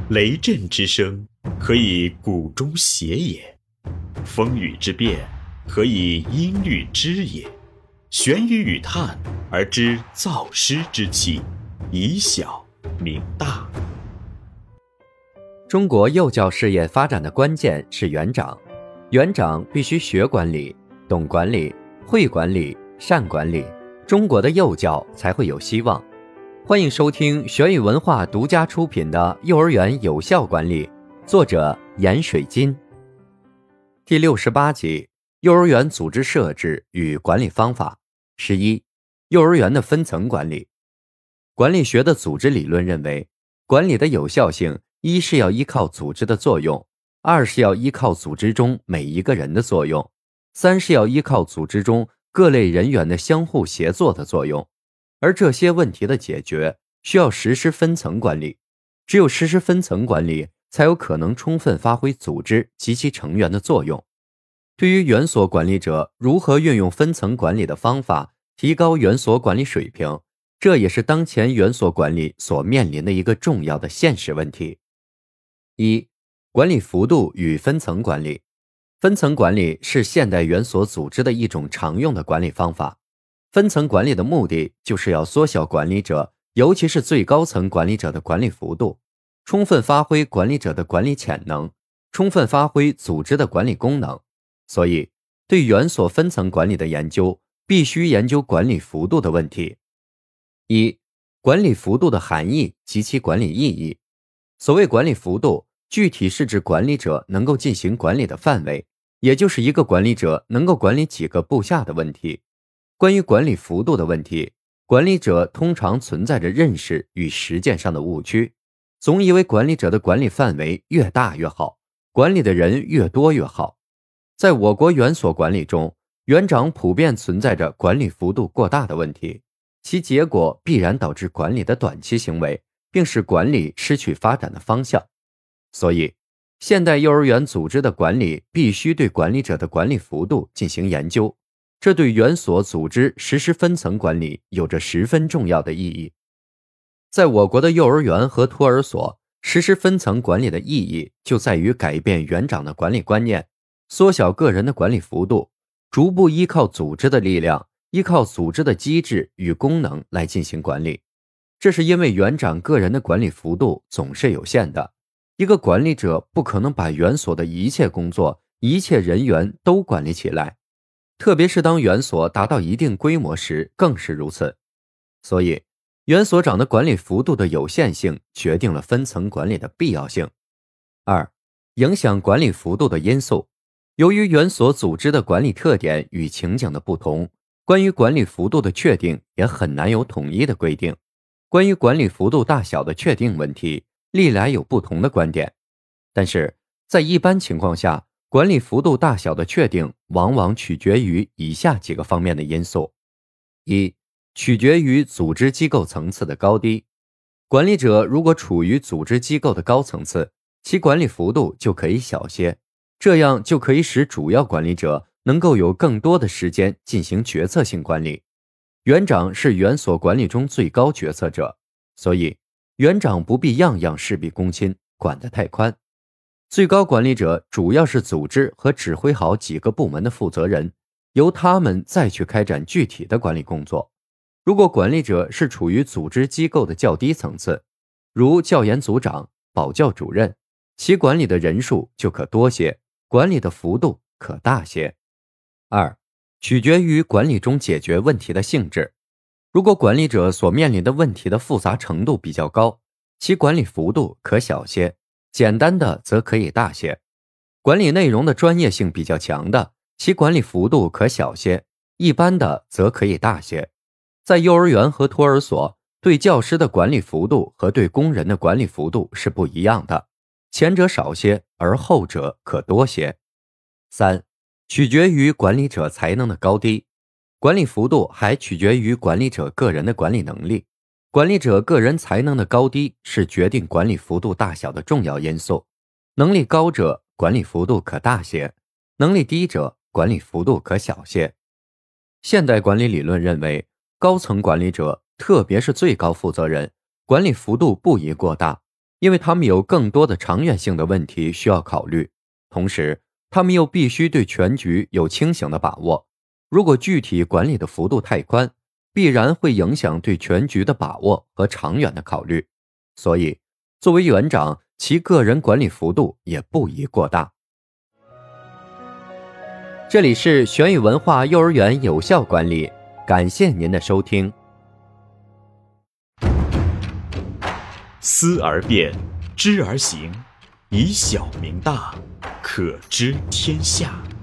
雷震之声，可以鼓中谐也；风雨之变，可以音律之也。玄于语叹而知造湿之气，以小明大。 中国幼教事业发展的关键是园长，园长必须学管理、懂管理、会管理、善管理，中国的幼教才会有希望。欢迎收听玄宇文化独家出品的《幼儿园有效管理》，作者闫水金。第68集：幼儿园组织设置与管理方法。11、幼儿园的分层管理。管理学的组织理论认为，管理的有效性，一是要依靠组织的作用，二是要依靠组织中每一个人的作用，三是要依靠组织中各类人员的相互协作的作用。而这些问题的解决，需要实施分层管理。只有实施分层管理，才有可能充分发挥组织及其成员的作用。对于园所管理者如何运用分层管理的方法，提高园所管理水平，这也是当前园所管理所面临的一个重要的现实问题。1、管理幅度与分层管理。分层管理是现代园所组织的一种常用的管理方法。分层管理的目的就是要缩小管理者，尤其是最高层管理者的管理幅度，充分发挥管理者的管理潜能，充分发挥组织的管理功能。所以，对园所分层管理的研究，必须研究管理幅度的问题。1、管理幅度的含义及其管理意义。所谓管理幅度，具体是指管理者能够进行管理的范围，也就是一个管理者能够管理几个部下的问题。关于管理幅度的问题，管理者通常存在着认识与实践上的误区，总以为管理者的管理范围越大越好，管理的人越多越好。在我国园所管理中，园长普遍存在着管理幅度过大的问题，其结果必然导致管理的短期行为，并使管理失去发展的方向。所以，现代幼儿园组织的管理必须对管理者的管理幅度进行研究，这对园所组织实施分层管理有着十分重要的意义。在我国的幼儿园和托儿所，实施分层管理的意义就在于改变园长的管理观念，缩小个人的管理幅度，逐步依靠组织的力量，依靠组织的机制与功能来进行管理。这是因为园长个人的管理幅度总是有限的，一个管理者不可能把园所的一切工作、一切人员都管理起来，特别是当园所达到一定规模时更是如此。所以，园所长的管理幅度的有限性决定了分层管理的必要性。2、影响管理幅度的因素。由于园所组织的管理特点与情景的不同，关于管理幅度的确定也很难有统一的规定。关于管理幅度大小的确定问题，历来有不同的观点。但是，在一般情况下，管理幅度大小的确定往往取决于以下几个方面的因素。1、取决于组织机构层次的高低。管理者如果处于组织机构的高层次，其管理幅度就可以小些，这样就可以使主要管理者能够有更多的时间进行决策性管理。园长是园所管理中最高决策者，所以园长不必样样事必躬亲，管得太宽。最高管理者主要是组织和指挥好几个部门的负责人，由他们再去开展具体的管理工作。如果管理者是处于组织机构的较低层次，如教研组长、保教主任，其管理的人数就可多些，管理的幅度可大些。2、取决于管理中解决问题的性质。如果管理者所面临的问题的复杂程度比较高，其管理幅度可小些，简单的则可以大些。管理内容的专业性比较强的，其管理幅度可小些，一般的则可以大些。在幼儿园和托儿所，对教师的管理幅度和对工人的管理幅度是不一样的，前者少些，而后者可多些。3、取决于管理者才能的高低。管理幅度还取决于管理者个人的管理能力。管理者个人才能的高低是决定管理幅度大小的重要因素。能力高者，管理幅度可大些；能力低者，管理幅度可小些。现代管理理论认为，高层管理者，特别是最高负责人，管理幅度不宜过大， 因为他们有更多的长远性的问题需要考虑，同时他们又必须对全局有清醒的把握。如果具体管理的幅度太宽，必然会影响对全局的把握和长远的考虑。所以，作为园长，其个人管理幅度也不宜过大。这里是玄宇文化幼儿园有效管理，感谢您的收听。 思而变，知而行，以小明大，可知天下。